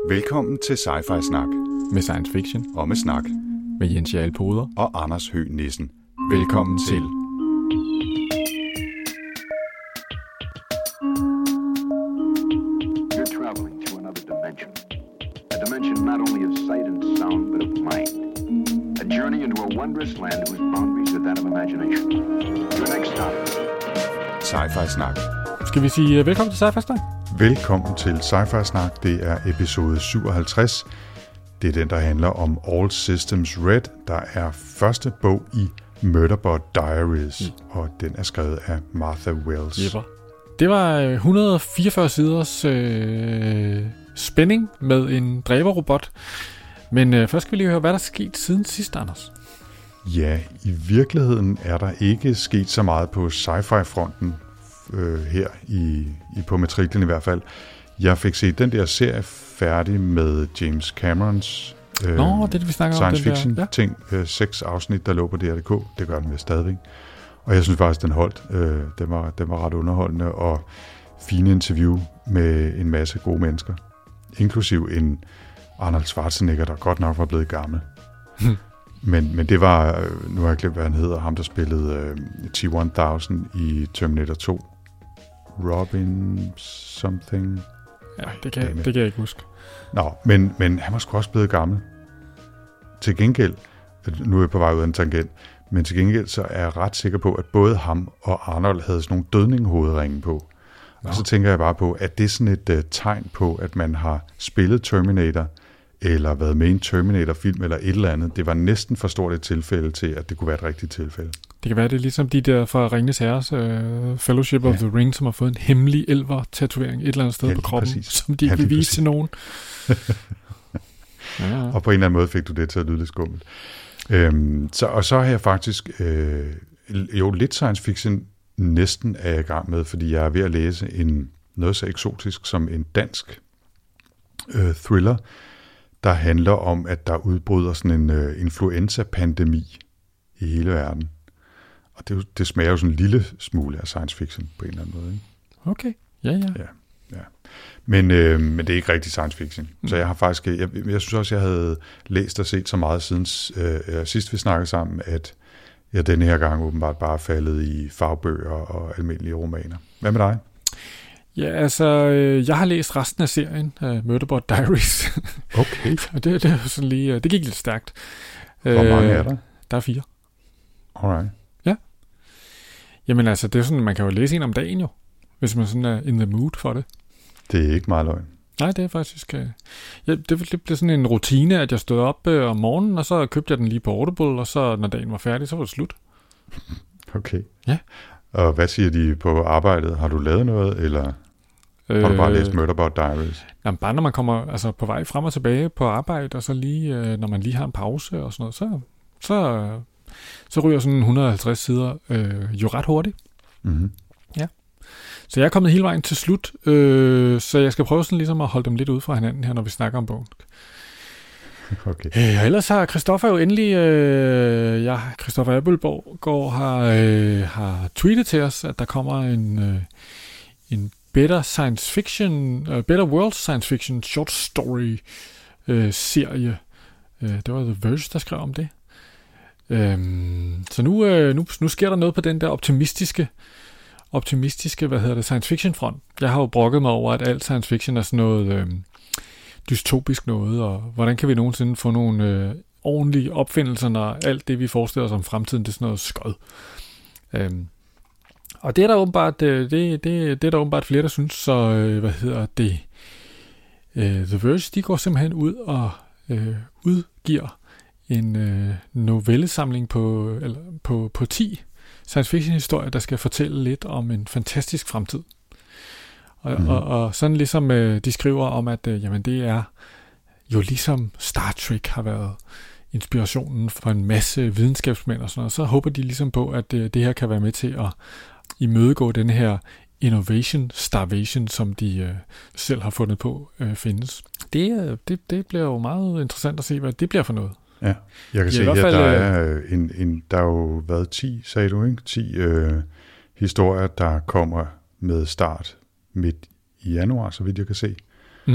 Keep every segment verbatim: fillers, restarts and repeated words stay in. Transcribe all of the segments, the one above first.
Velkommen til Sci-Fi Snak. Med science fiction. Og med snak. Med Jens Jarl Poder. Og Anders Høgh Nissen. Velkommen til. You're traveling to another dimension. A dimension not only of sight and sound, but of mind. A journey into a wondrous land whose boundaries are that of imagination. Your next stop. Sci-Fi Snak. Skal vi sige velkommen til Sci-Fi Snak? Velkommen til Sci-Fi Snak. Det er episode syvoghalvtreds. Det er den, der handler om All Systems Red, der er første bog i Murderbot Diaries, mm. og den er skrevet af Martha Wells. Jepper. Det var et hundrede og fireogfyrre siders øh, spænding med en dræberrobot. Men øh, først skal vi lige høre, hvad der er sket siden sidst, Anders. Ja, i virkeligheden er der ikke sket så meget på sci-fi-fronten øh, her i, i på matriklen i hvert fald. Jeg fik set den der serie færdig med James Camerons øh, Nå, det, det, vi snakker science om, fiction der. Ja. ting. Øh, seks afsnit, der lå på D R punktum D K. Det gør den med stadigvæk. Og jeg synes faktisk, den holdt. Øh, den, var, den var ret underholdende og fine interview med en masse gode mennesker. Inklusiv en Arnold Schwarzenegger, der godt nok var blevet gammel. men, men det var, nu har jeg glemt, hvad han hedder, ham der spillede øh, T tusind i Terminator to. Robin something. Ja, det kan, det kan jeg ikke huske. Nå, men, men han var sgu også blevet gammel. Til gengæld, nu er jeg på vej ud af en tangent, men til gengæld så er jeg ret sikker på, at både ham og Arnold havde sådan nogle dødninghovedringe på. Nå. Og så tænker jeg bare på, at det er sådan et uh, tegn på, at man har spillet Terminator, eller været med i en Terminator-film, eller et eller andet. Det var næsten for stort et tilfælde til, at det kunne være et rigtigt tilfælde. Det kan være, det er ligesom de der fra Ringenes Herres uh, Fellowship ja. of the Ring, som har fået en hemmelig elver-tatovering et eller andet sted ja, på kroppen, præcis. Som de ikke ja, vil vise til nogen. ja, ja. Og på en eller anden måde fik du det til at lyde lidt skummelt. Øhm, så, og så har jeg faktisk øh, jo lidt science fiction næsten er jeg i gang med, fordi jeg er ved at læse en, noget så eksotisk som en dansk øh, thriller, der handler om, at der udbryder sådan en øh, influenza-pandemi i hele verden. Og det, det smager jo sådan en lille smule af science fiction på en eller anden måde. Ikke? Okay, ja, ja. ja, ja. Men, øh, men det er ikke rigtig science fiction. Mm. Så jeg har faktisk, jeg, jeg synes også, jeg havde læst og set så meget siden øh, sidst vi snakkede sammen, at jeg denne her gang åbenbart bare faldet i fagbøger og almindelige romaner. Hvad med dig? Ja, altså, øh, jeg har læst resten af serien, uh, Murderbot Diaries. Okay. og det, det, er sådan lige, det gik lidt stærkt. Hvor mange er der? Der er fire. Alright. Ja. Jamen altså, det er sådan, man kan jo læse en om dagen jo, hvis man sådan er in the mood for det. Det er ikke meget løgn. Nej, det er faktisk... Uh, ja, det, det blev sådan en rutine, at jeg stod op uh, om morgenen, og så købte jeg den lige på Audible, og så når dagen var færdig, så var det slut. Okay. Ja. Og hvad siger de på arbejdet? Har du lavet noget, eller øh, har du bare læst Murderbot Diaries? Jamen, bare når man kommer altså, på vej frem og tilbage på arbejde, og så lige, øh, når man lige har en pause og sådan noget, så, så, så ryger sådan et hundrede og halvtreds sider øh, jo ret hurtigt. Mm-hmm. Ja. Så jeg er kommet hele vejen til slut, øh, så jeg skal prøve sådan ligesom at holde dem lidt ude fra hinanden her, når vi snakker om bogen. Okay. Øh, og ellers har Christoffer jo endelig, øh, ja, Christoffer Appelborg har, øh, har tweetet til os, at der kommer en, øh, en Better Science Fiction, uh, Better World Science Fiction Short Story øh, serie. Øh, det var The Verge, der skrev om det. Øh, så nu, øh, nu, nu sker der noget på den der optimistiske, optimistiske, hvad hedder det, science fiction front. Jeg har jo brokket mig over, at alt science fiction er sådan noget... Øh, dystopisk noget, og hvordan kan vi nogensinde få nogle øh, ordentlige opfindelser, når alt det, vi forestiller os om fremtiden, det er sådan noget skød. Øhm, og det er der åbenbart, det, det, det er der åbenbart flere, der synes, så øh, hvad hedder det, øh, The Verge, de går simpelthen ud og øh, udgiver en øh, novellesamling på, eller, på, på ti science fiction historier, der skal fortælle lidt om en fantastisk fremtid. Og, mm. og, og sådan ligesom øh, de skriver om, at øh, jamen, det er jo ligesom Star Trek har været inspirationen for en masse videnskabsmænd og sådan noget, så håber de ligesom på, at øh, det her kan være med til at imødegå den her innovation starvation, som de øh, selv har fundet på øh, findes. Det, øh, det, det bliver jo meget interessant at se, hvad det bliver for noget. Ja, jeg kan ja, se, at der er en, en, der er jo været ti, sagde du, ikke? ti øh, historier, der kommer med start midt i januar, så vidt jeg kan se. Mm.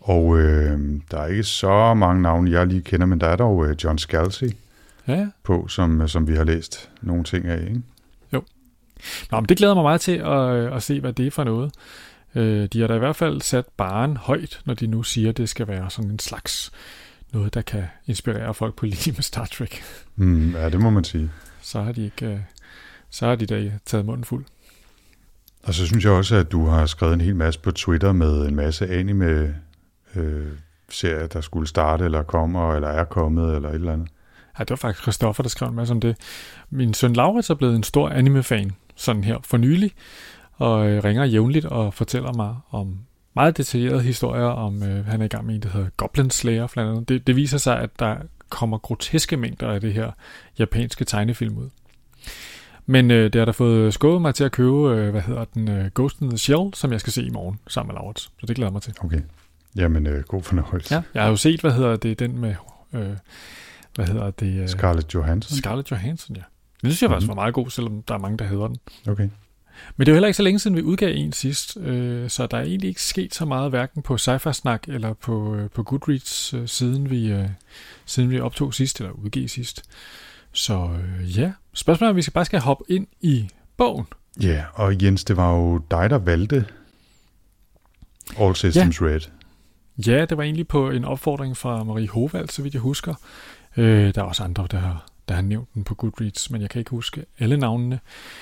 Og øh, der er ikke så mange navne, jeg lige kender, men der er dog øh, John Scalzi ja. på, som, som vi har læst nogle ting af, ikke? Jo. Nå, men det glæder mig meget til at, at se, hvad det er for noget. Øh, de har da i hvert fald sat barren højt, når de nu siger, at det skal være sådan en slags noget, der kan inspirere folk på linje med Star Trek. Mm, ja, det må man sige. Så har de ikke, øh, så har de da taget munden fuld. Og så synes jeg også, at du har skrevet en hel masse på Twitter med en masse anime øh, serier, der skulle starte, eller kommer, eller er kommet, eller et eller andet. Ja, det var faktisk Christoffer, der skrev en masse om det. Min søn Laurits er blevet en stor anime-fan, sådan her for nylig, og øh, ringer jævnligt og fortæller mig om meget detaljerede historier om, øh, han er i gang med en, der hedder Goblin Slayer, blandt andet. Det, det viser sig, at der kommer groteske mængder af det her japanske tegnefilm ud. Men øh, det har da fået skåret mig til at købe, øh, hvad hedder den, øh, Ghost in the Shell, som jeg skal se i morgen sammen med Laurits. Så det glæder mig til. Okay. Jamen, øh, god fornøjelse. Ja, jeg har jo set, hvad hedder det, den med, øh, hvad hedder det? Øh, Scarlett Johansson. Scarlett Johansson, ja. Det synes jeg faktisk var meget god, selvom der er mange, der hedder den. Okay. Men det er jo heller ikke så længe siden, vi udgav en sidst, øh, så der er egentlig ikke sket så meget, hverken på Sci-Fi Snak eller på, øh, på Goodreads, øh, siden, vi, øh, siden vi optog sidst, eller udgav sidst. Så øh, ja, spørgsmålet er, om vi skal bare skal hoppe ind i bogen. Ja, yeah, og Jens, det var jo dig, der valgte All Systems ja. Red. Ja, det var egentlig på en opfordring fra Marie Hovald, så vidt jeg husker. Øh, der er også andre, der har, der har nævnt den på Goodreads, men jeg kan ikke huske alle navnene.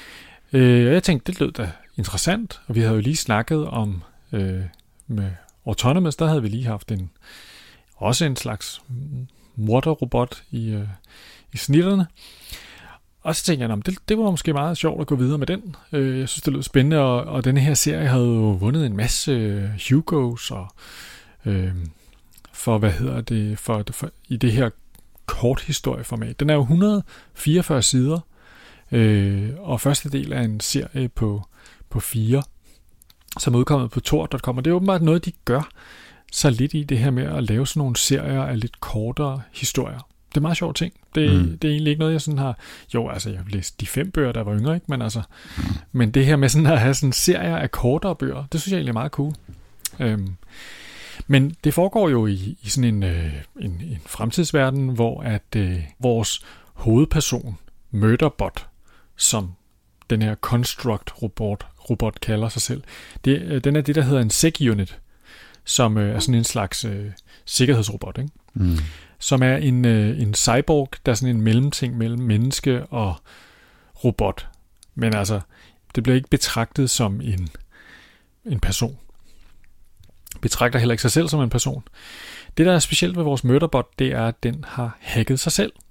Øh, og jeg tænkte, det lød da interessant, og vi havde jo lige snakket om øh, med Autonomous, der havde vi lige haft en også en slags morderrobot i, øh, i snitterne. Og så tænkte jeg, det, det var måske meget sjovt at gå videre med den. Øh, jeg synes, det lød spændende, og, og denne her serie havde jo vundet en masse øh, Hugos, og øh, for, hvad hedder det, for, for i det her korthistorieformat. Den er jo et hundrede og fireogfyrre sider, øh, og første del er en serie på, på fire, som er udkommet på tor punktum com, og det er åbenbart noget, de gør så lidt i det her med at lave sådan nogle serier af lidt kortere historier. Det er meget sjovt ting. Det, mm. det er egentlig ikke noget, jeg sådan har... Jo, altså, jeg har læst de fem bøger, der var yngre, ikke? Men altså... Mm. Men det her med sådan at have sådan serier af kortere bøger, det synes jeg egentlig er meget cool. Øhm, men det foregår jo i, i sådan en, øh, en, en fremtidsverden, hvor at øh, vores hovedperson, Murderbot, som den her Construct-robot robot kalder sig selv, det, øh, den er det, der hedder en sec-unit, som øh, er sådan en slags øh, sikkerhedsrobot, ikke? Mm. Som er en, øh, en cyborg, der er sådan en mellemting mellem menneske og robot. Men altså, det bliver ikke betragtet som en, en person. Betragter heller ikke sig selv som en person. Det, der er specielt ved vores Murderbot, det er, at den har hacket sig selv.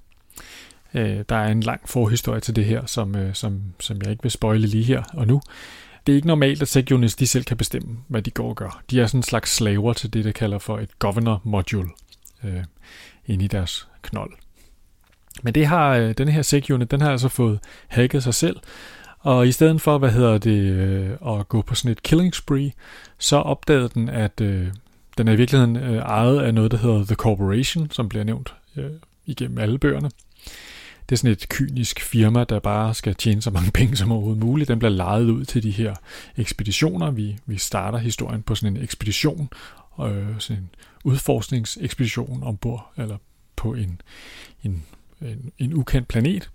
Øh, der er en lang forhistorie til det her, som, øh, som, som jeg ikke vil spoile lige her og nu. Det er ikke normalt, at sec-units de selv kan bestemme, hvad de går og gør. De er sådan en slags slaver til det, der kalder for et governor module. Øh, inde i deres knold. Men det har øh, denne her sec-unit, den har altså fået hacket sig selv, og i stedet for, hvad hedder det, øh, at gå på sådan et killing spree, så opdagede den, at øh, den er i virkeligheden øh, ejet af noget, der hedder The Corporation, som bliver nævnt øh, igennem alle bøgerne. Det er sådan et kynisk firma, der bare skal tjene så mange penge som overhovedet muligt. Den bliver lejet ud til de her ekspeditioner. Vi, vi starter historien på sådan en ekspedition, øh, sådan en udforskningsekspedition ombord, eller på en, en, en, en ukendt planet.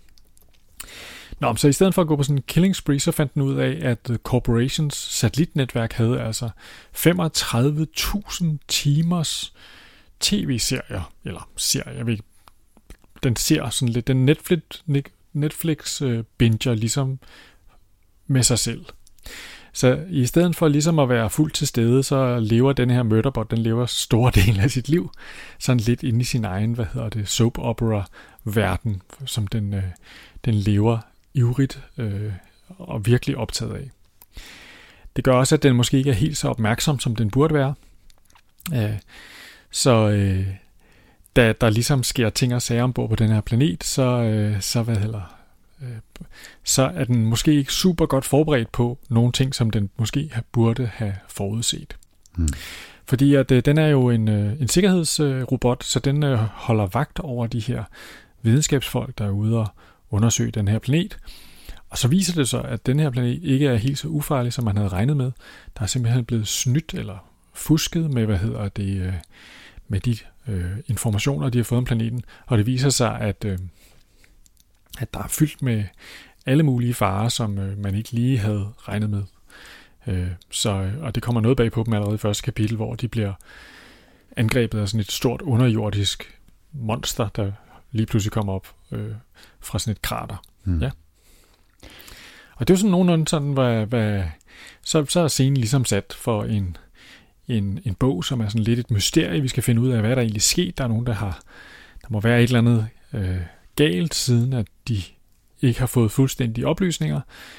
Nå, så i stedet for at gå på sådan en killing spree, så fandt den ud af, at The Corporations satellitnetværk havde altså femogtredive tusind timers tv-serier, eller serier, jeg ved ikke, den ser sådan lidt, den Netflix, Netflix øh, binger ligesom med sig selv. Så i stedet for ligesom at være fuldt til stede, så lever den her Murderbot, den lever store dele af sit liv, sådan lidt inde i sin egen, hvad hedder det, soap opera verden, som den, øh, den lever ivrigt øh, og virkelig optaget af. Det gør også, at den måske ikke er helt så opmærksom, som den burde være. Øh, så øh, da der ligesom sker ting og sager ombord på den her planet, så, øh, så hvad hedder så er den måske ikke super godt forberedt på nogle ting, som den måske burde have forudset. Hmm. Fordi at, øh, den er jo en, øh, en sikkerhedsrobot, øh, så den øh, holder vagt over de her videnskabsfolk, der er ude og undersøge den her planet. Og så viser det sig, at den her planet ikke er helt så ufarlig, som man havde regnet med. Der er simpelthen blevet snydt eller fusket med, hvad hedder det, øh, med de øh, informationer, de har fået om planeten, og det viser sig, at, øh, at der er fyldt med alle mulige farer, som øh, man ikke lige havde regnet med. Øh, så, og det kommer noget bag på dem allerede i første kapitel, hvor de bliver angrebet af sådan et stort underjordisk monster, der lige pludselig kommer op øh, fra sådan et krater. Hmm. Ja. Og det er jo sådan nogenlunde sådan, hvad, hvad, så, så er scenen ligesom sat for en, en, en bog, som er sådan lidt et mysterie. Vi skal finde ud af, hvad der egentlig sket. Der er nogen, der har, der må være et eller andet øh, galt, siden at de ikke har fået fuldstændige oplysninger.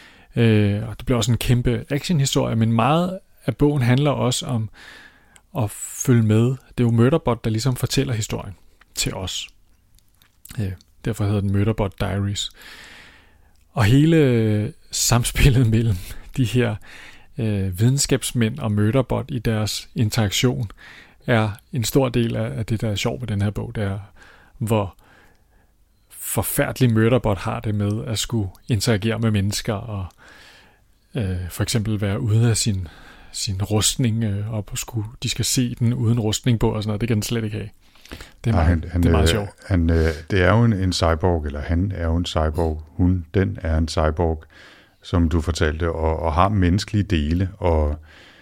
Øh, og det bliver også en kæmpe actionhistorie, men meget af bogen handler også om at følge med. Det er jo Murderbot, der ligesom fortæller historien til os. Øh, derfor hedder den Murderbot Diaries. Og hele samspillet mellem de her øh, videnskabsmænd og Murderbot i deres interaktion er en stor del af, af det, der er sjovt ved den her bog. Det er, hvor forfærdelig Murderbot har det med at skulle interagere med mennesker og øh, for eksempel være ude af sin, sin rustning øh, og skulle, de skal se den uden rustning på og sådan noget. Det kan den slet ikke have. Det er meget, han, han, det er meget sjovt. Han, det er jo en, en cyborg, eller han er jo en cyborg. Hun, den er en cyborg, som du fortalte, og, og har menneskelige dele, og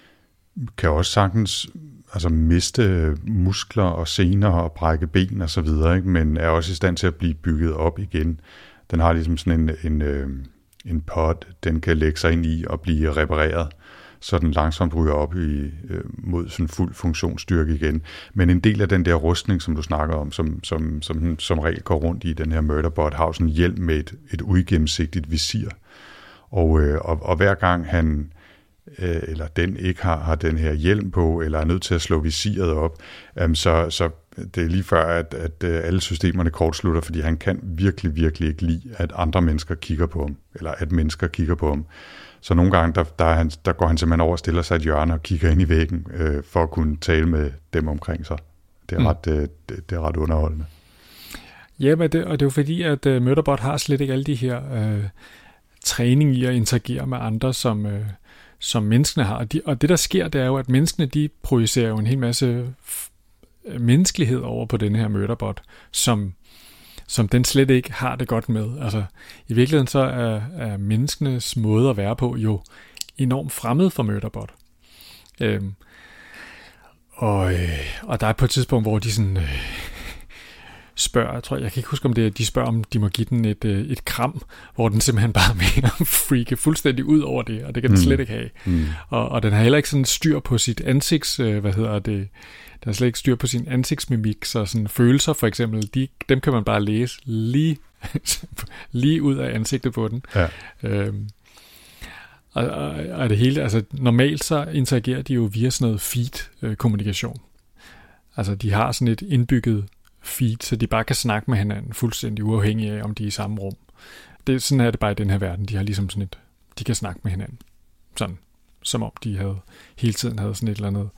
kan også sagtens altså, miste muskler og sener og brække ben og så videre, ikke? Men er også i stand til at blive bygget op igen. Den har ligesom sådan en, en, en pod, den kan lægge sig ind i og blive repareret, så den langsomt ryger op i, øh, mod sådan fuld funktionsstyrke igen. Men en del af den der rustning, som du snakker om, som, som, som, som regel går rundt i den her Murderbot, har sådan en hjelm med et, et uigennemsigtigt visir. Og, øh, og, og hver gang han, øh, eller den ikke har, har den her hjelm på, eller er nødt til at slå visiret op, øh, så, så det er lige før, at, at alle systemerne kortslutter, fordi han kan virkelig, virkelig ikke lide, at andre mennesker kigger på ham, eller at mennesker kigger på ham. Så nogle gange, der, der, han, der går han simpelthen over og stiller sig et hjørne og kigger ind i væggen, øh, for at kunne tale med dem omkring sig. Det er, mm. ret, øh, det, det er ret underholdende. Ja, men det, og det er jo fordi, at uh, Murderbot har slet ikke alle de her øh, træning i at interagere med andre, som, øh, som menneskene har. Og, de, og det, der sker, det er jo, at menneskene, de projicerer jo en hel masse f- menneskelighed over på den her Murderbot, som som den slet ikke har det godt med. Altså, i virkeligheden så er, er menneskenes måde at være på jo enormt fremmed for Murderbot. Øhm, og, øh, og der er på et tidspunkt, hvor de sådan øh, spørger, jeg tror, jeg kan ikke huske, om det er, de spørger, om de må give den et, øh, et kram, hvor den simpelthen bare vil freake fuldstændig ud over det, og det kan den mm. slet ikke have. Mm. Og, og den har heller ikke sådan styr på sit ansigts, øh, hvad hedder det, der er slet ikke styr på sin ansigtsmimik, så sådan følelser for eksempel, de, dem kan man bare læse lige, lige ud af ansigtet på den. Ja. Øhm, og, og, og det hele, altså normalt så interagerer de jo via sådan noget feed-kommunikation. Altså de har sådan et indbygget feed, så de bare kan snakke med hinanden fuldstændig uafhængig af, om de er i samme rum. Det, sådan er det bare i den her verden. De har ligesom sådan et, de kan snakke med hinanden. Sådan, som om de havde hele tiden havde sådan et eller andet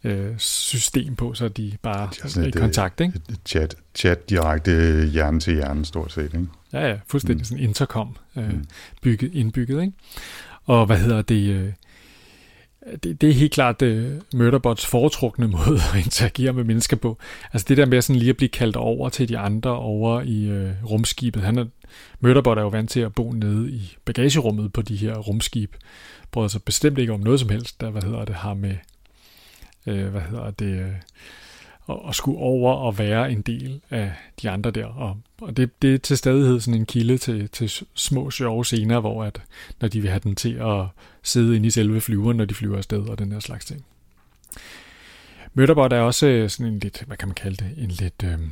system på, så de bare de er i kontakt, ikke? Et chat, chat direkte hjerne til hjerne, stort set, ikke? Ja, ja, fuldstændig mm. sådan intercom øh, mm. bygget, indbygget, ikke? Og hvad hedder det? Øh, det, det er helt klart uh, Murderbots foretrukne måde at interagere med mennesker på. Altså det der med sådan lige at blive kaldt over til de andre over i øh, rumskibet. Han er, Murderbot er jo vant til at bo nede i bagagerummet på de her rumskib. Bryder sig bestemt ikke om noget som helst, der, hvad hedder det, har med Øh, hvad hedder det, øh, og, og skulle over og være en del af de andre der. Og, og det, det er til stadighed sådan en kilde til, til små sjove scener, hvor at, når de vil have den til at sidde inde i selve flyveren, når de flyver afsted, og den her slags ting. Murderbot er også sådan en lidt, hvad kan man kalde det, en lidt, øh,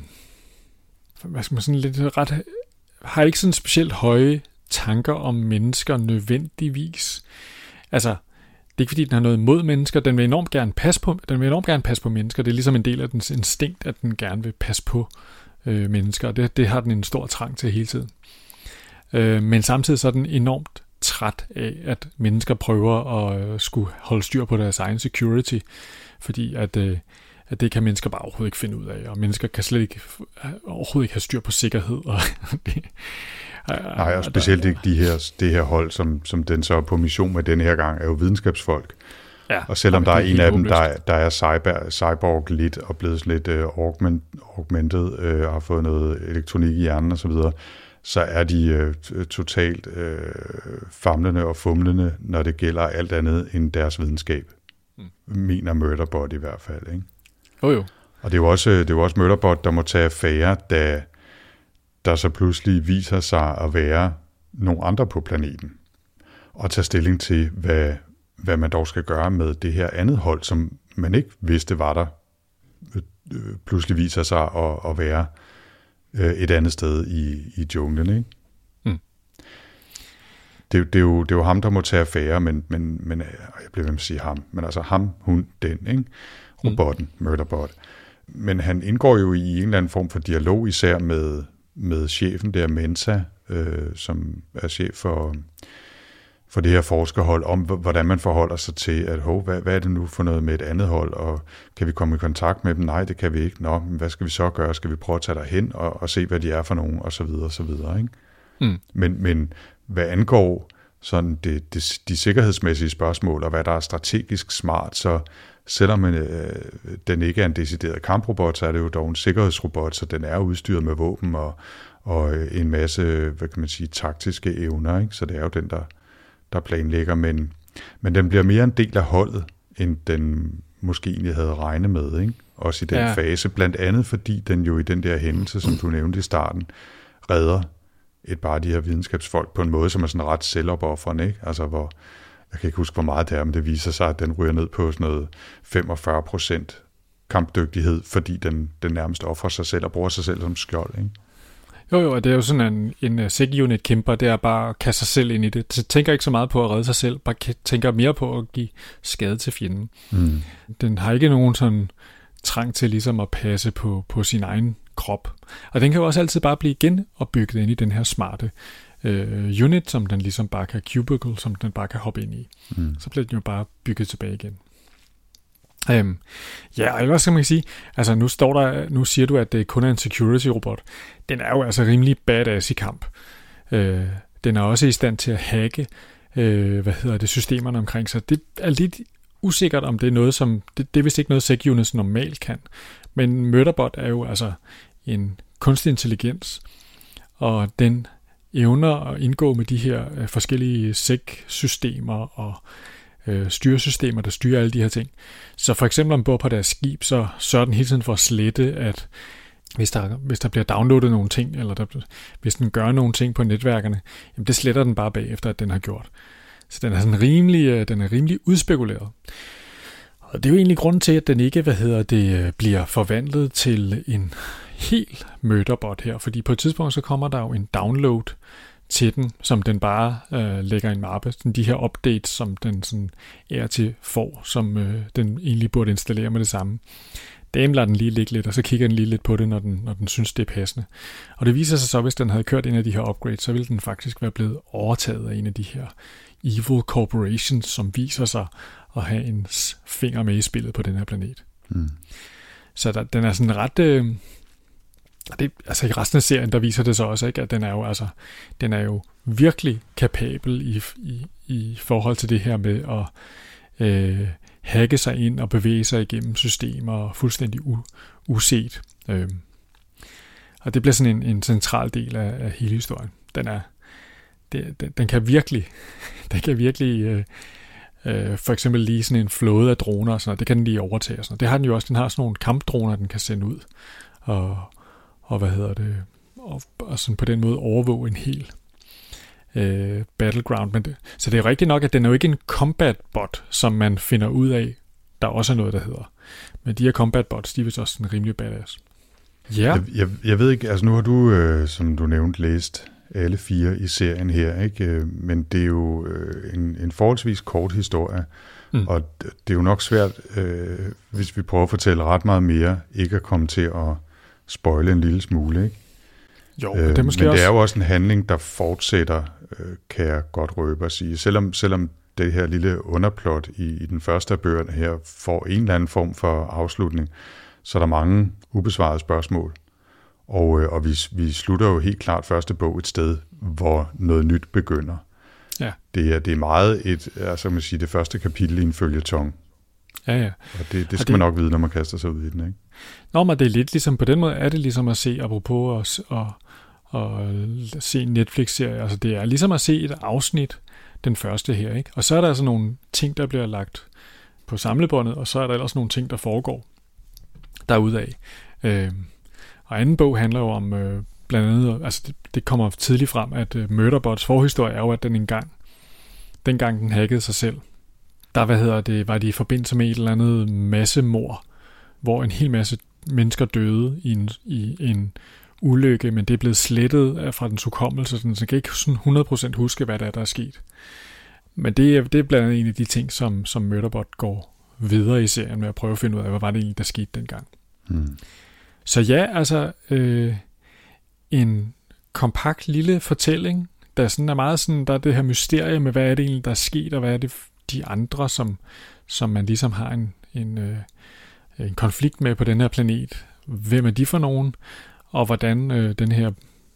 hvad skal man sådan lidt ret, har ikke sådan specielt høje tanker om mennesker nødvendigvis. Altså, det er ikke fordi, den har noget imod mennesker. Den vil enormt gerne passe på, den vil enormt gerne passe på mennesker. Det er ligesom en del af dens instinkt, at den gerne vil passe på øh, mennesker. Det, det har den en stor trang til hele tiden. Øh, men samtidig så er den enormt træt af, at mennesker prøver at øh, skulle holde styr på deres egen security. Fordi at, øh, at det kan mennesker bare overhovedet ikke finde ud af. Og mennesker kan slet ikke overhovedet ikke have styr på sikkerhed. Og det, Nej, og specielt ikke de her, det her hold, som, som den så er på mission med denne her gang, er jo videnskabsfolk. Ja, og selvom og der er en af dem, håbløst. der, der er cyber, cyborg lidt og blevet sådan lidt uh, augment, augmented uh, og har fået noget elektronik i hjernen osv., så, så er de uh, totalt uh, famlende og fumlende, når det gælder alt andet end deres videnskab. Mm. Mener Murderbot i hvert fald. Ikke? Jo jo. Og det er jo også, det er jo også Murderbot, der må tage affære, da der så pludselig viser sig at være nogle andre på planeten, og tage stilling til, hvad, hvad man dog skal gøre med det her andet hold, som man ikke vidste var der, pludselig viser sig at, at være et andet sted i, i junglen. Ikke? Mm. Det, det, er jo, det er jo ham, der må tage affære, men, men, men jeg bliver ved med at sige ham, men altså ham, hun, den, ikke? Robotten, mm. Murderbot. Men han indgår jo i en eller anden form for dialog, især med, med chefen der, Mensa, øh, som er chef for, for det her forskerhold, om hvordan man forholder sig til, at hov, hvad, hvad er det nu for noget med et andet hold, og kan vi komme i kontakt med dem? Nej, det kan vi ikke. Nå, men hvad skal vi så gøre? Skal vi prøve at tage derhen og, og se, hvad de er for nogen, og så videre, og så videre, ikke? Mm. Men, men hvad angår sådan det, det, de sikkerhedsmæssige spørgsmål, og hvad der er strategisk smart, så selvom øh, den ikke er en decideret kamprobot, så er det jo dog en sikkerhedsrobot, så den er udstyret med våben og, og en masse, hvad kan man sige, taktiske evner, ikke? Så det er jo den, der, der planlægger, men, men den bliver mere en del af holdet, end den måske egentlig havde regnet med, ikke? Også i den ja. fase, blandt andet fordi den jo i den der hændelse, som du nævnte i starten, redder et bare de her videnskabsfolk på en måde, som er sådan ret selvopoffrende, ikke? Altså hvor, jeg kan ikke huske, hvor meget det er, men det viser sig, at den ryger ned på sådan noget femogfyrre procent kampdygtighed, fordi den, den nærmest offrer sig selv og bruger sig selv som skjold, ikke? Jo, jo, og det er jo sådan en, en SIG-unit-kæmper, det er bare at kaste sig selv ind i det. Så tænker ikke så meget på at redde sig selv, bare tænker mere på at give skade til fjenden. Mm. Den har ikke nogen sådan trang til ligesom at passe på, på sin egen krop. Og den kan jo også altid bare blive genopbygget ind i den her smarte øh, unit, som den ligesom bare kan cubicle, som den bare kan hoppe ind i. Mm. Så bliver den jo bare bygget tilbage igen. Øhm, ja, og ellers kan man sige, altså nu står der, nu siger du, at det kun er en security-robot. Den er jo altså rimelig badass i kamp. Øh, den er også i stand til at hacke, øh, hvad hedder det, systemerne omkring sig. Det er lidt usikkert, om det er noget, som, det, det er vist ikke noget SIG-units normalt kan. Men Murderbot er jo altså en kunstig intelligens, og den evner at indgå med de her øh, forskellige SIG-systemer og øh, styresystemer, der styrer alle de her ting. Så for eksempel ombord på deres skib, så sørger den hele tiden for at slette, at hvis der, hvis der bliver downloadet nogle ting, eller der, hvis den gør nogle ting på netværkerne, jamen det sletter den bare bagefter, at den har gjort. Så den er sådan rimelig, øh, den er rimelig udspekuleret. Og det er jo egentlig grunden til, at den ikke, hvad hedder det, bliver forvandlet til en helt Murderbot her, fordi på et tidspunkt så kommer der jo en download til den, som den bare øh, lægger i en mappe. Sådan de her updates, som den sådan er til får, som øh, den egentlig burde installere med det samme. Dem lader den lige ligge lidt, og så kigger den lige lidt på det, når den, når den synes, det er passende. Og det viser sig så, hvis den havde kørt en af de her upgrades, så ville den faktisk være blevet overtaget af en af de her evil corporations, som viser sig at have en finger med i spillet på den her planet. Mm. Så der, den er sådan ret... Øh, det, altså i resten af serien, der viser det så også, ikke, at den er jo, altså, den er jo virkelig kapabel i, i, i forhold til det her med at øh, hacke sig ind og bevæge sig igennem systemer fuldstændig u, uset. Øh. Og det bliver sådan en, en central del af, af hele historien. Den er, det, den, den kan virkelig, den kan virkelig øh, øh, for eksempel lige sådan en flåde af droner og sådan noget, det kan den lige overtage og sådan noget. Det har den jo også, den har sådan nogle kampdroner, den kan sende ud og og hvad hedder det, og, og sådan på den måde overvåge en hel øh, battleground. Men det, så det er rigtigt nok, at den er jo ikke en combat bot, som man finder ud af, der også er noget, der hedder. Men de her combat bots, de er vist også sådan rimelig badass. Ja. Jeg, jeg, jeg ved ikke, altså nu har du, øh, som du nævnte, læst alle fire i serien her, ikke? Men det er jo øh, en, en forholdsvis kort historie, mm. og det er jo nok svært, øh, hvis vi prøver at fortælle ret meget mere, ikke at komme til at spoile en lille smule, ikke? Jo, øh, det er måske men også... det er jo også en handling, der fortsætter, øh, kan jeg godt røbe at sige. Selvom, selvom det her lille underplot i, i den første af bøgerne her får en eller anden form for afslutning, så er der mange ubesvarede spørgsmål. Og, øh, og vi, vi slutter jo helt klart første bog et sted, hvor noget nyt begynder. Ja. Det er, det er meget et, altså man sige, det første kapitel i en føljeton. Ja, ja. Og det, det skal og det, man nok vide, når man kaster sig ud i den, ikke? Nå, men det er lidt ligesom, på den måde er det ligesom at se, apropos at, at, at se en Netflix-serie, altså det er ligesom at se et afsnit, den første her, ikke? Og så er der altså nogle ting, der bliver lagt på samlebåndet, og så er der ellers nogle ting, der foregår derudaf. Øh, og anden bog handler jo om øh, blandt andet, altså det, det kommer tidligt frem, at øh, Murderbots forhistorie er jo, at den engang, dengang den hackede sig selv, der, hvad hedder det, var de i forbindelse med et eller andet massemord, hvor en hel masse mennesker døde i en, i en ulykke, men det er blevet slettet fra dens hukommelse, så den kan ikke sådan hundrede procent huske, hvad der er, der er sket. Men det er, det er blandt andet en af de ting, som, som Murderbot går videre i serien med at prøve at finde ud af, hvad var det egentlig, der skete dengang. Hmm. Så ja, altså øh, en kompakt lille fortælling, der sådan er meget sådan, der er det her mysterie med, hvad er det egentlig, der er sket, og hvad er det de andre, som, som man ligesom har en, en, øh, en konflikt med på den her planet. Hvem er de for nogen? Og hvordan øh, den her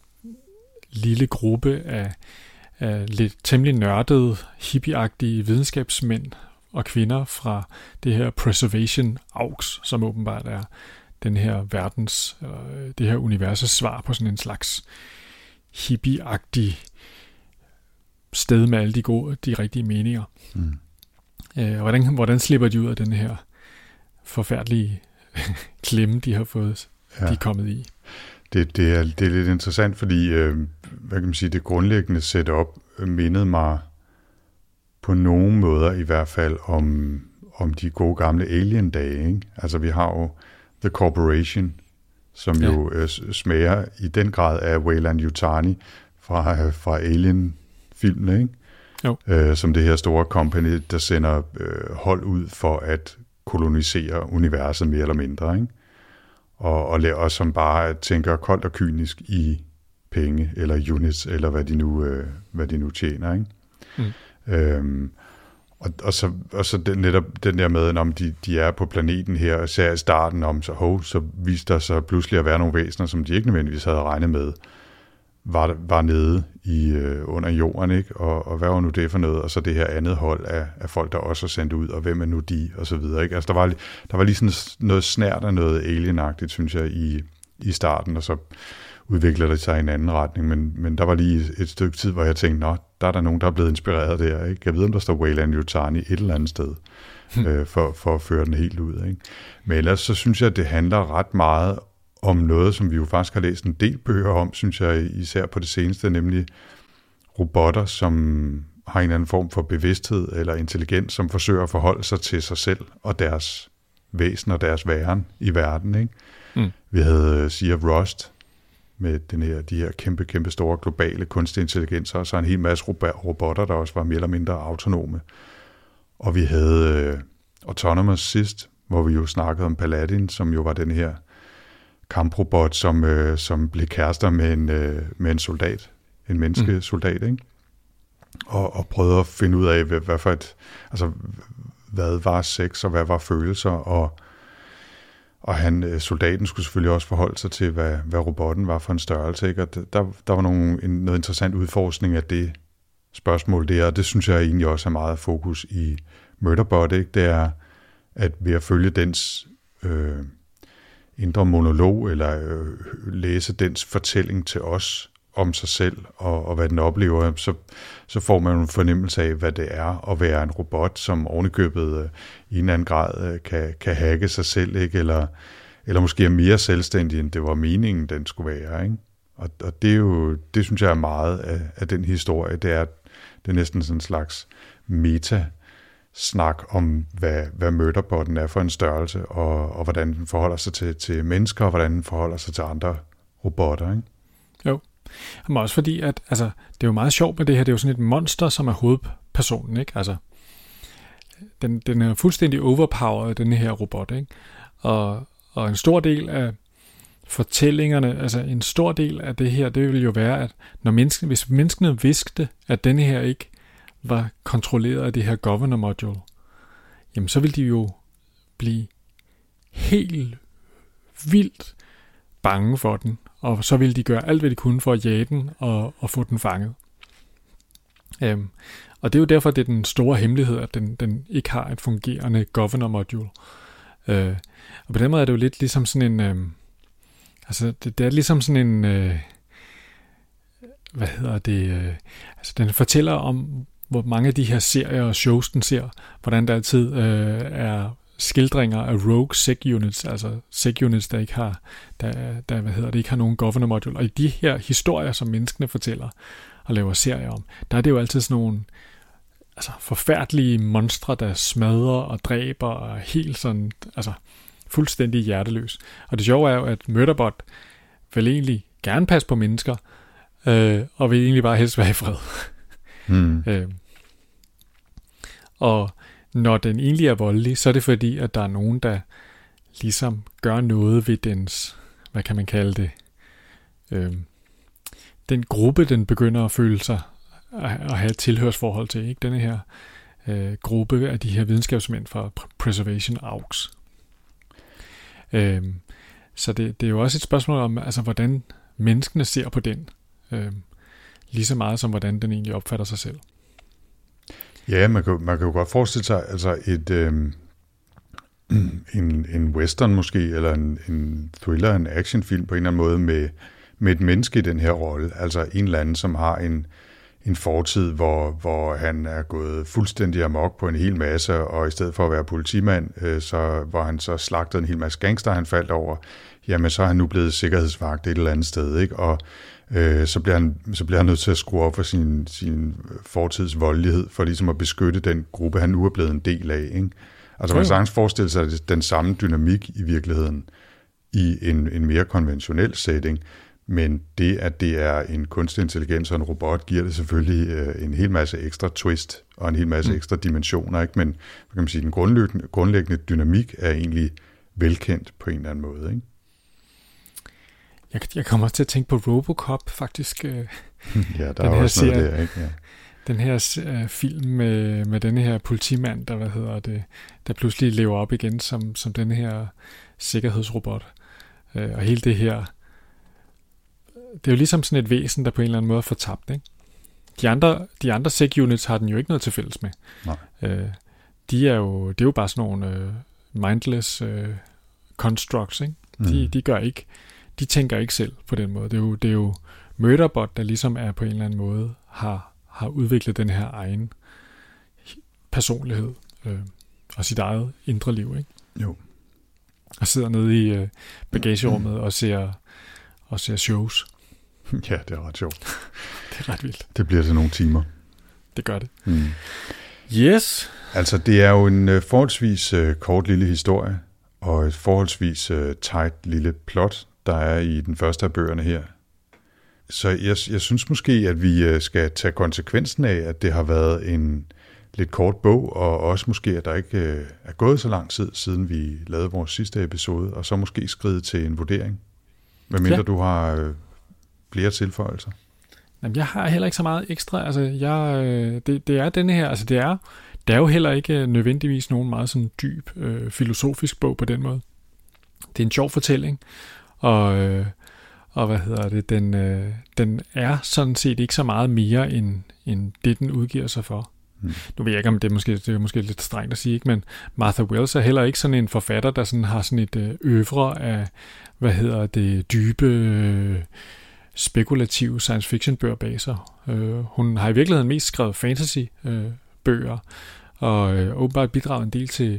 lille gruppe af, af lidt temmelig nørdede, hippieagtige videnskabsmænd og kvinder fra det her Preservation Aux, som åbenbart er den her verdens, øh, det her universets svar på sådan en slags hippieagtig sted med alle de gode, de rigtige meninger. Mm. Øh, hvordan, hvordan slipper de ud af den her forfærdelige klemme, de har fået, ja. de er kommet i? Det, det, er, det er lidt interessant, fordi øh, hvad kan man sige, det grundlæggende setup mindede mig på nogle måder i hvert fald om, om de gode gamle Alien-dage. Ikke? Altså vi har jo The Corporation, som ja. jo øh, smager i den grad af Weyland-Yutani fra, fra Alien-filmene, ikke? Jo. Øh, som det her store company, der sender øh, hold ud for at kolonisere universet mere eller mindre, ikke? Og, og, og som bare tænker koldt og kynisk i penge eller units, eller hvad de nu, øh, hvad de nu tjener, ikke? Mm. Øhm, og, og så, og så den, netop den der med, om de, de er på planeten her, og ser i starten om, så, hov, så viste der sig pludselig at være nogle væsener, som de ikke nødvendigvis havde regnet med, var, var nede i, øh, under jorden, ikke? Og, og hvad var nu det for noget? Og så det her andet hold af, af folk, der også er sendt ud, og hvem er nu de, og så videre, ikke? Altså, der var, der var lige sådan noget snært af noget alienagtigt, synes jeg, i, i starten, og så udvikler det sig i en anden retning, men, men der var lige et stykke tid, hvor jeg tænkte, nå, der er der nogen, der er blevet inspireret der, ikke? Jeg ved, om der står Weyland-Yutani et eller andet sted, hmm. øh, for, for at føre den helt ud, ikke? Men ellers så synes jeg, at det handler ret meget om noget, som vi jo faktisk har læst en del bøger om, synes jeg, især på det seneste, nemlig robotter, som har en anden form for bevidsthed eller intelligens, som forsøger at forholde sig til sig selv og deres væsen og deres væren i verden, ikke? Mm. Vi havde Sea of Rust med den her, de her kæmpe, kæmpe store globale kunstige intelligenser, og så en hel masse robotter, der også var mere eller mindre autonome. Og vi havde uh, Autonomous sidst, hvor vi jo snakkede om Paladin, som jo var den her kamprobot, som, øh, som blev kærester med en, øh, med en soldat, en menneskesoldat, ikke? Og, og prøvede at finde ud af, hvad, hvad for et, altså, hvad var sex, og hvad var følelser, og, og han, soldaten skulle selvfølgelig også forholde sig til, hvad, hvad robotten var for en størrelse, ikke? Og der, der var nogle, en, noget interessant udforskning af det spørgsmål der, og det synes jeg egentlig også er meget fokus i Murderbot, ikke? Det er, at ved at følge dens øh, indre monolog, eller øh, læse dens fortælling til os om sig selv, og, og hvad den oplever, så, så får man en fornemmelse af, hvad det er at være en robot, som ovenikøbet øh, i en anden grad øh, kan, kan hacke sig selv, ikke? Eller, eller måske er mere selvstændig, end det var meningen, den skulle være, ikke? Og, og det er jo, det synes jeg er meget af, af den historie, det er, det er næsten sådan en slags meta snak om, hvad, hvad Murderbotten er for en størrelse, og, og hvordan den forholder sig til, til mennesker, og hvordan den forholder sig til andre robotter, ikke? Jo. Men også fordi, at altså, det er jo meget sjovt med det her, det er jo sådan et monster, som er hovedpersonen, ikke? Altså, den, den er fuldstændig overpowered, den her robot, ikke? Og, og en stor del af fortællingerne, altså en stor del af det her, det vil jo være, at når menneskene, hvis menneskene vidste, at denne her ikke var kontrolleret af det her governor module, jamen så ville de jo blive helt vildt bange for den, og så ville de gøre alt, hvad de kunne for at jage den og, og få den fanget. Øhm, og det er jo derfor, det er den store hemmelighed, at den, den ikke har et fungerende governor module. Øh, og på den måde er det jo lidt ligesom sådan en... Øh, altså, det, det er ligesom sådan en... Øh, hvad hedder det? Øh, altså, den fortæller om, hvor mange af de her serier og shows, den ser, hvordan der altid øh, er skildringer af rogue seg-units, altså seg-units, der ikke har, der, der, hvad hedder det, ikke har nogen governor module. Og i de her historier, som menneskene fortæller og laver serier om, der er det jo altid sådan nogle altså, forfærdelige monstre, der smadrer og dræber og er helt sådan, altså fuldstændig hjerteløs. Og det sjove er jo, at Murderbot vil egentlig gerne passe på mennesker, øh, og vil egentlig bare helst være i fred. Mm. øh, og når den egentlig er voldelig, så er det fordi, at der er nogen, der ligesom gør noget ved dens, hvad kan man kalde det, øh, den gruppe, den begynder at føle sig at have et tilhørsforhold til, ikke? Denne her øh, gruppe af de her videnskabsmænd fra Preservation Aux. Øh, så det, det er jo også et spørgsmål om, altså, hvordan menneskene ser på den, øh, lige så meget som hvordan den egentlig opfatter sig selv. Ja, man kan, man kan jo godt forestille sig, altså et, øh, en, en western måske, eller en, en thriller, en actionfilm på en eller anden måde, med, med et menneske i den her rolle, altså en eller anden, som har en, en fortid, hvor, hvor han er gået fuldstændig amok på en hel masse, og i stedet for at være politimand, øh, så, hvor han så slagtede en hel masse gangster, han faldt over, jamen så er han nu blevet sikkerhedsvagt et eller andet sted, ikke? Og øh, så, bliver han, så bliver han nødt til at skrue op for sin, sin fortids voldelighed, for ligesom at beskytte den gruppe, han nu er blevet en del af, ikke? Altså man kan sagtens forestille sig den samme dynamik i virkeligheden i en, en mere konventionel setting, men det, at det er en kunstig intelligens og en robot, giver det selvfølgelig øh, en hel masse ekstra twist og en hel masse mm. ekstra dimensioner, ikke? Men kan man sige, den grundlæggende, grundlæggende dynamik er egentlig velkendt på en eller anden måde, ikke? Jeg, jeg kommer også til at tænke på RoboCop, faktisk. Øh, ja, der er også noget der, ikke? Ja. Den her øh, film med, med denne her politimand, der, hvad hedder det, der pludselig lever op igen som, som denne her sikkerhedsrobot. Øh, og hele det her, det er jo ligesom sådan et væsen, der på en eller anden måde er fortabt, ikke? De andre, de andre seg-units har den jo ikke noget til fælles med. Nej. Øh, de er jo, det er jo bare sådan nogle øh, mindless øh, constructs, ikke? De, mm. de gør ikke, de tænker ikke selv på den måde. Det er jo, det er jo Murderbot, der ligesom er på en eller anden måde har, har udviklet den her egen personlighed øh, og sit eget indre liv, ikke? Jo. Og sidder nede i øh, bagagerummet mm. og ser og ser shows. Ja, det er ret sjovt. Det er ret vildt. Det bliver til nogle timer. Det gør det. Mm. Yes. Altså, det er jo en uh, forholdsvis uh, kort lille historie, og et forholdsvis uh, tight lille plot, der er i den første af bøgerne her. Så jeg, jeg synes måske, at vi uh, skal tage konsekvensen af, at det har været en lidt kort bog, og også måske, at der ikke uh, er gået så lang tid, siden vi lavede vores sidste episode, og så måske skride til en vurdering. Hvad mindre ja. du har uh, flere tilføjelser? Jamen, jeg har heller ikke så meget ekstra. Altså, jeg, det, det er denne her, altså det er, det er jo heller ikke nødvendigvis nogen meget sådan dyb øh, filosofisk bog på den måde. Det er en sjov fortælling, og, øh, og hvad hedder det, den, øh, den er sådan set ikke så meget mere end, end det, den udgiver sig for. Hmm. Nu ved jeg ikke, om det er måske, det er måske lidt strengt at sige, ikke? Men Martha Wells er heller ikke sådan en forfatter, der sådan har sådan et øh, øvre af, hvad hedder det, dybe øh, spekulative science fiction bøger bag sig. Øh, hun har i virkeligheden mest skrevet fantasy øh, bøger, og øh, åbenbart bidraget en del til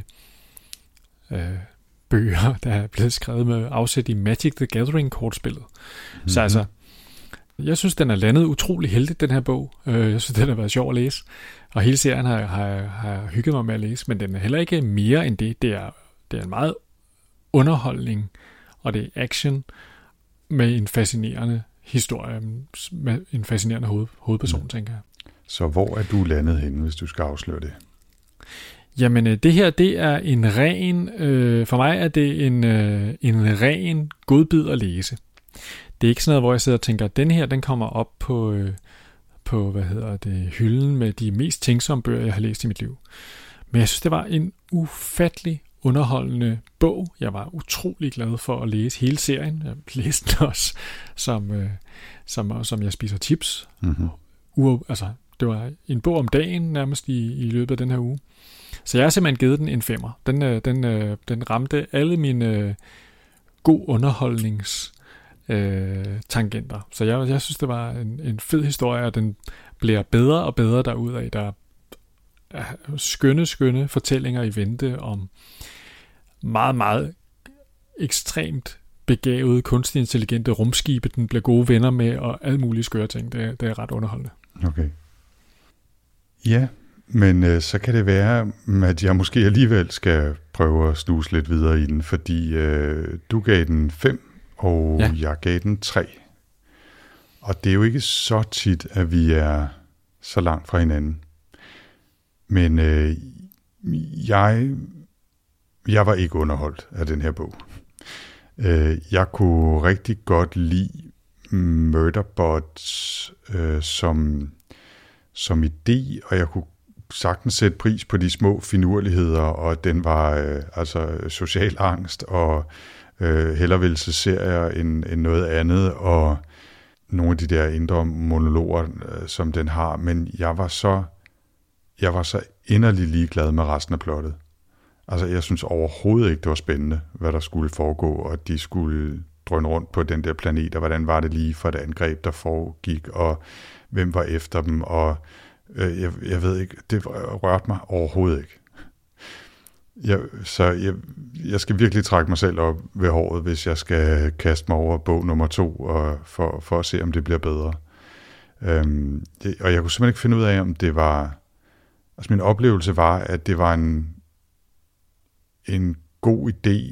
øh, bøger, der er blevet skrevet med afsæt i Magic the Gathering kortspillet. Mm-hmm. Så altså, jeg synes, den er landet utrolig heldigt, den her bog. Øh, jeg synes, den har været sjov at læse, og hele serien har, har, har hygget mig med at læse, men den er heller ikke mere end det. Det er, det er en meget underholdning, og det er action med en fascinerende historie, med en fascinerende hoved, hovedperson, mm. tænker jeg. Så hvor er du landet henne, hvis du skal afsløre det? Jamen, det her, det er en ren, øh, for mig er det en, øh, en ren godbid at læse. Det er ikke sådan noget, hvor jeg sidder og tænker, at den her, den kommer op på, øh, på hvad hedder det, hylden med de mest tænksomme bøger, jeg har læst i mit liv. Men jeg synes, det var en ufattelig underholdende bog. Jeg var utrolig glad for at læse hele serien. Jeg læste den også, som, øh, som, som jeg spiser chips. Mm-hmm. U- altså det var en bog om dagen nærmest i, i løbet af den her uge. Så jeg har simpelthen givet den en femmer. Den, øh, den, øh, den ramte alle mine øh, god underholdnings øh, tangenter. Så jeg, jeg synes, det var en, en fed historie, og den bliver bedre og bedre derudaf. Der er skønne, skønne fortællinger i vente om meget, meget ekstremt begavede, kunstig intelligente rumskibe, den bliver gode venner med, og alle mulige skøre ting. Det, det er ret underholdende. Okay. Ja, men øh, så kan det være, at jeg måske alligevel skal prøve at snuse lidt videre i den, fordi øh, du gav den fem, og ja. jeg gav den tre. Og det er jo ikke så tit, at vi er så langt fra hinanden. Men øh, jeg, jeg var ikke underholdt af den her bog. Øh, jeg kunne rigtig godt lide Murderbot øh, som, som idé, og jeg kunne sagtens sætte pris på de små finurligheder, og den var øh, altså social angst, og øh, hellervildelsesserier end, end noget andet, og nogle af de der indre monologer, øh, som den har, men jeg var så jeg var så inderlig ligeglad med resten af plottet. Altså, jeg synes overhovedet ikke, det var spændende, hvad der skulle foregå, og de skulle drøne rundt på den der planet, og hvordan var det lige for det angreb, der foregik, og hvem var efter dem, og øh, jeg, jeg ved ikke, det rørte mig overhovedet ikke. Jeg, så jeg, jeg skal virkelig trække mig selv op ved håret, hvis jeg skal kaste mig over bog nummer to, og for, for at se, om det bliver bedre. Øhm, det, og jeg kunne simpelthen ikke finde ud af, om det var... Altså, min oplevelse var, at det var en en god idé,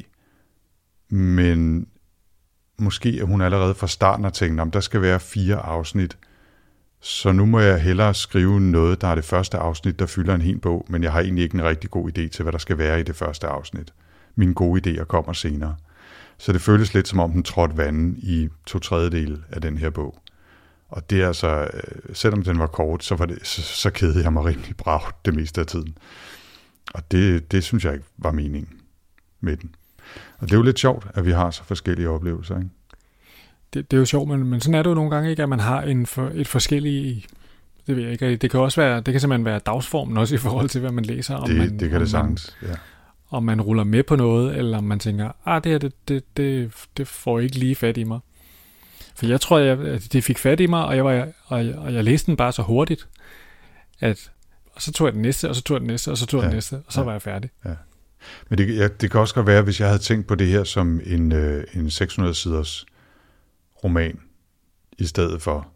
men måske er hun allerede fra starten har tænkt, om der skal være fire afsnit, så nu må jeg hellere skrive noget, der er det første afsnit, der fylder en hel bog, men jeg har egentlig ikke en rigtig god idé til, hvad der skal være i det første afsnit. Mine gode idéer kommer senere. Så det føles lidt som om den trådte vandet i to tredjedele af den her bog. Og det er altså, selvom den var kort, så, var det, så, så kedede jeg mig rimelig bragt det meste af tiden. Og det, det synes jeg ikke var meningen med den. Og det er jo lidt sjovt, at vi har så forskellige oplevelser, ikke? Det, det er jo sjovt, men, men sådan er det jo nogle gange ikke, at man har en for, et forskellige... Det ved jeg ikke. Det kan også være, det kan simpelthen være dagsformen også i forhold til, hvad man læser. Om det, man, det kan det sagtens, ja. Om man ruller med på noget, eller om man tænker, ah, det her, det, det, det, det får ikke lige fat i mig. For jeg tror, at det fik fat i mig, og jeg, var, og jeg, og jeg læste den bare så hurtigt, at og så tog jeg den næste, og så tog jeg den næste, og så tog jeg ja, den næste, og så ja, var jeg færdig. Ja. Men det, ja, det kan også godt være, hvis jeg havde tænkt på det her som en, øh, en seks hundrede siders roman, i stedet for,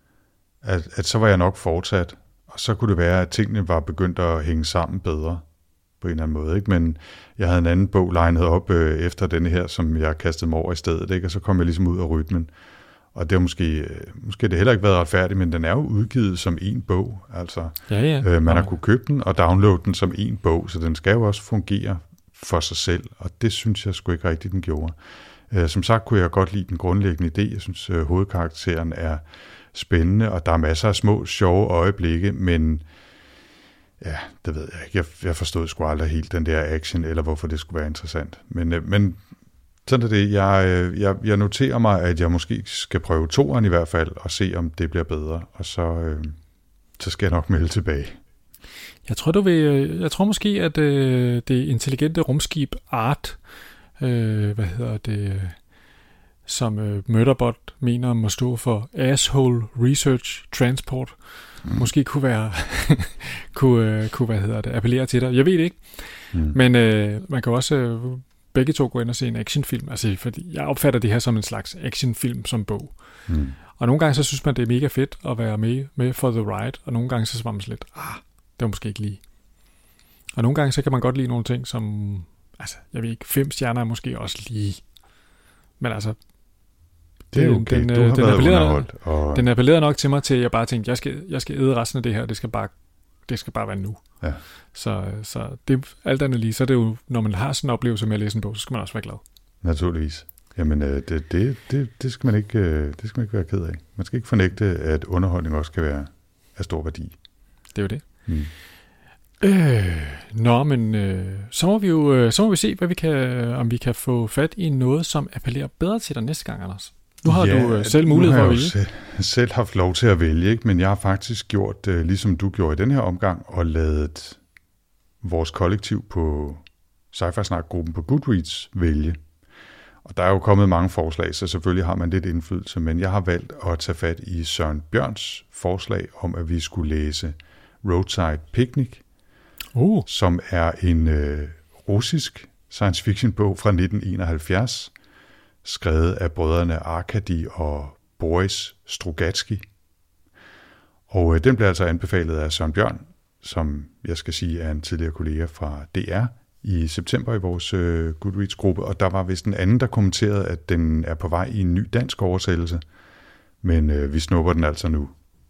at, at så var jeg nok fortsat, og så kunne det være, at tingene var begyndt at hænge sammen bedre, på en eller anden måde, ikke? Men jeg havde en anden bog legnet op øh, efter denne her, som jeg kastede mig over i stedet, ikke? Og så kom jeg ligesom ud af rytmen. Og det har måske, måske det heller ikke været retfærdigt, men den er jo udgivet som en bog. Altså, ja, ja. Øh, man ja. har kunne købe den og downloade den som en bog, så den skal jo også fungere for sig selv, og det synes jeg sgu ikke rigtigt, den gjorde. Øh, som sagt kunne jeg godt lide den grundlæggende idé. Jeg synes, øh, hovedkarakteren er spændende, og der er masser af små, sjove øjeblikke, men ja, det ved jeg ikke. Jeg, jeg forstod sgu aldrig helt den der action, eller hvorfor det skulle være interessant. Men, øh, men sådan er det. Jeg, jeg, jeg noterer mig, at jeg måske skal prøve toeren i hvert fald, og se, om det bliver bedre. Og så, øh, så skal jeg nok melde tilbage. Jeg tror, du vil, jeg tror måske, at øh, det intelligente rumskib Art, øh, hvad hedder det, som øh, Murderbot mener må stå for Asshole Research Transport, mm. måske kunne være, kunne, øh, kunne, hvad hedder det, appellere til dig. Jeg ved det ikke, mm. men øh, man kan også... Øh, begge to gå ind og se en actionfilm, altså fordi jeg opfatter det her som en slags actionfilm som bog. Mm. Og nogle gange så synes man, det er mega fedt at være med, med for the ride, og nogle gange så svarer man sådan lidt, ah, det var måske ikke lige. Og nogle gange så kan man godt lide nogle ting, som, altså jeg ved ikke, fem stjerner er måske også lige. Men altså, det er okay. Den, du har den, været appellerede, underholdt. Og... Den appellerede nok til mig til, at jeg bare tænkte, jeg skal, jeg skal æde resten af det her, det skal bare, det skal bare være nu. Ja. Så, så det alt andet lige, så er det jo, når man har sådan en oplevelse med at læse en bog, så skal man også være glad. Naturligvis. Jamen, det, det, det, det, skal man ikke, det skal man ikke være ked af. Man skal ikke fornægte, at underholdning også kan være af stor værdi. Det er jo det. Mm. Øh, nå, men øh, så må vi jo så må vi se, hvad vi kan, om vi kan få fat i noget, som appellerer bedre til dig næste gang, Anders. Nu har ja, du selv mulighed for at vælge. Selv, selv haft lov til at vælge, ikke? Men jeg har faktisk gjort, uh, ligesom du gjorde i den her omgang, og ladet vores kollektiv på Sci-Fi Snak-gruppen på Goodreads vælge. Og der er jo kommet mange forslag, så selvfølgelig har man lidt indflydelse, men jeg har valgt at tage fat i Søren Bjørns forslag om, at vi skulle læse Roadside Picnic, uh. som er en øh, russisk science fiction bog fra nitten enoghalvfjerds, skrevet af brødrene Arkady og Boris Strugatsky. Og øh, den blev altså anbefalet af Søren Bjørn, som jeg skal sige er en tidligere kollega fra D R, i september i vores øh, Goodreads-gruppe, og der var vist en anden, der kommenterede, at den er på vej i en ny dansk oversættelse, men øh, vi snupper den altså nu.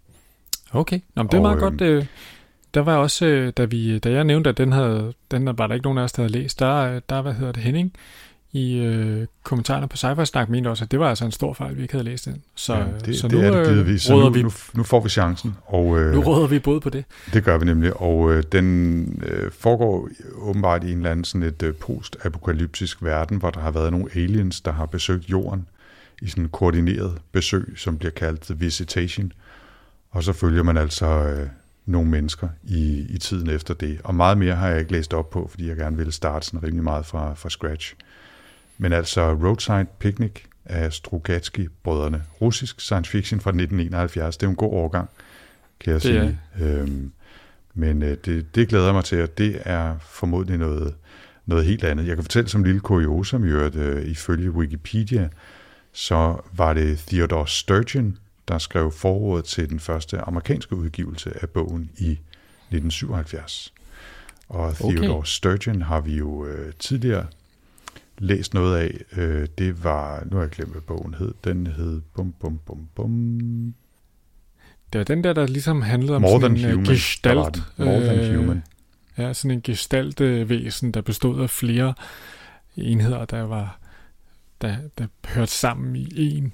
Okay, Nå, men det er og, meget øh, godt. Øh, der var også, øh, da, vi, da jeg nævnte, at den, havde, den var der ikke nogen af os, der havde læst, der, der hvad hedder det, Henning, i øh, kommentarerne på Sci-Fi Snak, mente også, at det var altså en stor fejl, vi ikke havde læst den. Så, ja, det, så det nu, er det givetvis. Så nu, vi, nu, nu får vi chancen. Og, øh, nu råder vi både på det. Det gør vi nemlig, og øh, den øh, foregår åbenbart i en eller anden sådan et øh, post-apokalyptisk verden, hvor der har været nogle aliens, der har besøgt jorden i sådan en koordineret besøg, som bliver kaldt The Visitation. Og så følger man altså øh, nogle mennesker i, i tiden efter det. Og meget mere har jeg ikke læst op på, fordi jeg gerne ville starte sådan rimelig meget fra, fra scratch. Men altså Roadside Picnic af Strugatsky-brødrene. Russisk science fiction fra nitten enoghalvfjerds. Det er en god årgang, kan jeg sige. Øhm, men øh, det, det glæder mig til, og det er formodentlig noget, noget helt andet. Jeg kan fortælle som en lille kuriosum, at øh, ifølge Wikipedia, så var det Theodore Sturgeon, der skrev forordet til den første amerikanske udgivelse af bogen i nitten syvoghalvfjerds. Og Theodore okay. Sturgeon har vi jo øh, tidligere læst noget af. Øh, det var, nu har jeg glemt, hvad bogen hed. Den hed bum, bum, bum, bum. Det var den der, der ligesom handlede om More sådan than en human. gestalt. More than øh, human. Ja, sådan en gestaltvæsen, der bestod af flere enheder, der var der, der hørte sammen i en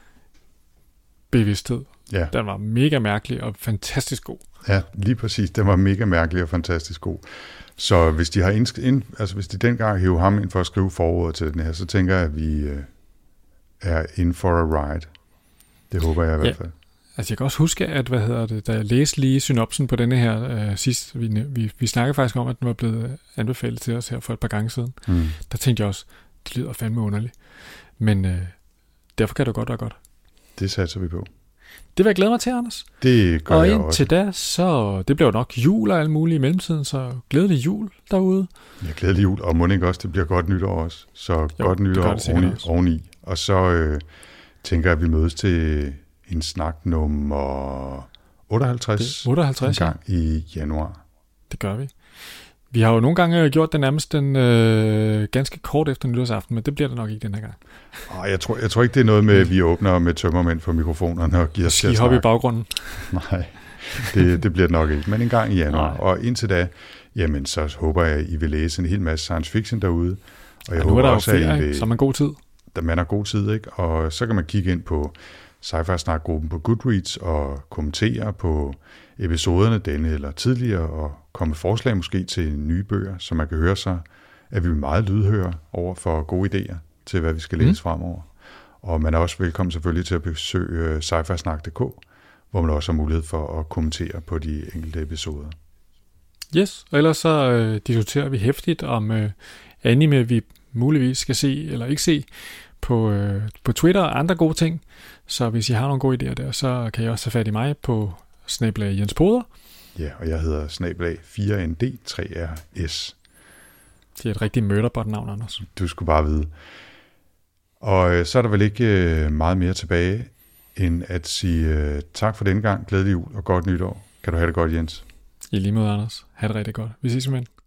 bevidsthed. Ja. Den var mega mærkelig og fantastisk god. Ja, lige præcis. Den var mega mærkelig og fantastisk god. Så hvis de har ind, ind, altså hvis de dengang hævde ham ind for at skrive forordet til den her, så tænker jeg, at vi øh, er in for a ride. Det håber jeg i hvert ja. fald. Altså jeg kan også huske, at hvad hedder det, da jeg læste lige synopsen på denne her øh, sidst, vi, vi, vi snakkede faktisk om, at den var blevet anbefalet til os her for et par gange siden. Mm. Der tænkte jeg også, det lyder fandme underligt. Men øh, derfor kan det godt være godt. Det satser vi på. Det vil jeg glæde mig til, Anders. Det gør og jeg også. Og indtil da, så det bliver jo nok jul og alt muligt i mellemtiden, så glædelig jul derude. Ja, glædelig jul, og må ikke også, det bliver godt nytår også. Så jo, godt nytår oveni, oveni. Og så øh, tænker jeg, at vi mødes til en snak nummer otteoghalvtreds, otteoghalvtreds en gang ja. i januar. Det gør vi. Vi har jo nogle gange gjort det nærmest den, øh, ganske kort efter nytårsaften, men det bliver det nok ikke den her gang. Oh, jeg, tror, jeg tror ikke, det er noget med, at vi åbner med tømmermænd for mikrofonerne og giver os til at snakke. i baggrunden. Nej, det, det bliver det nok ikke, men en gang i januar. Nej. Og indtil da, jamen så håber jeg, at I vil læse en hel masse science fiction derude. Og jeg ja, nu håber er der også, ferie, at I vil, så er man god tid. Der man har god tid, ikke? Og så kan man kigge ind på Sci-Fi Snak-gruppen på Goodreads og kommentere på episoderne denne eller tidligere, og komme forslag måske til nye bøger, så man kan høre sig, at vi er meget lydhøre over for gode idéer til, hvad vi skal læse mm. fremover. Og man er også velkommen selvfølgelig til at besøge sci fi snak punktum d k, hvor man også har mulighed for at kommentere på de enkelte episoder. Yes, og ellers så øh, diskuterer vi hæftigt om øh, anime, vi muligvis skal se eller ikke se på, øh, på Twitter og andre gode ting. Så hvis I har nogle gode idéer der, så kan I også tage fat i mig på snabel-a Jens Poder. Ja, og jeg hedder snabel-a fire N D tre R S. Det er et rigtigt murderbot-navn, Anders. Du skulle bare vide. Og øh, så er der vel ikke øh, meget mere tilbage, end at sige øh, tak for denne gang, glædelig jul og godt nytår. Kan du have det godt, Jens? I lige måde, Anders. Ha' det rigtig godt. Vi ses, mænd.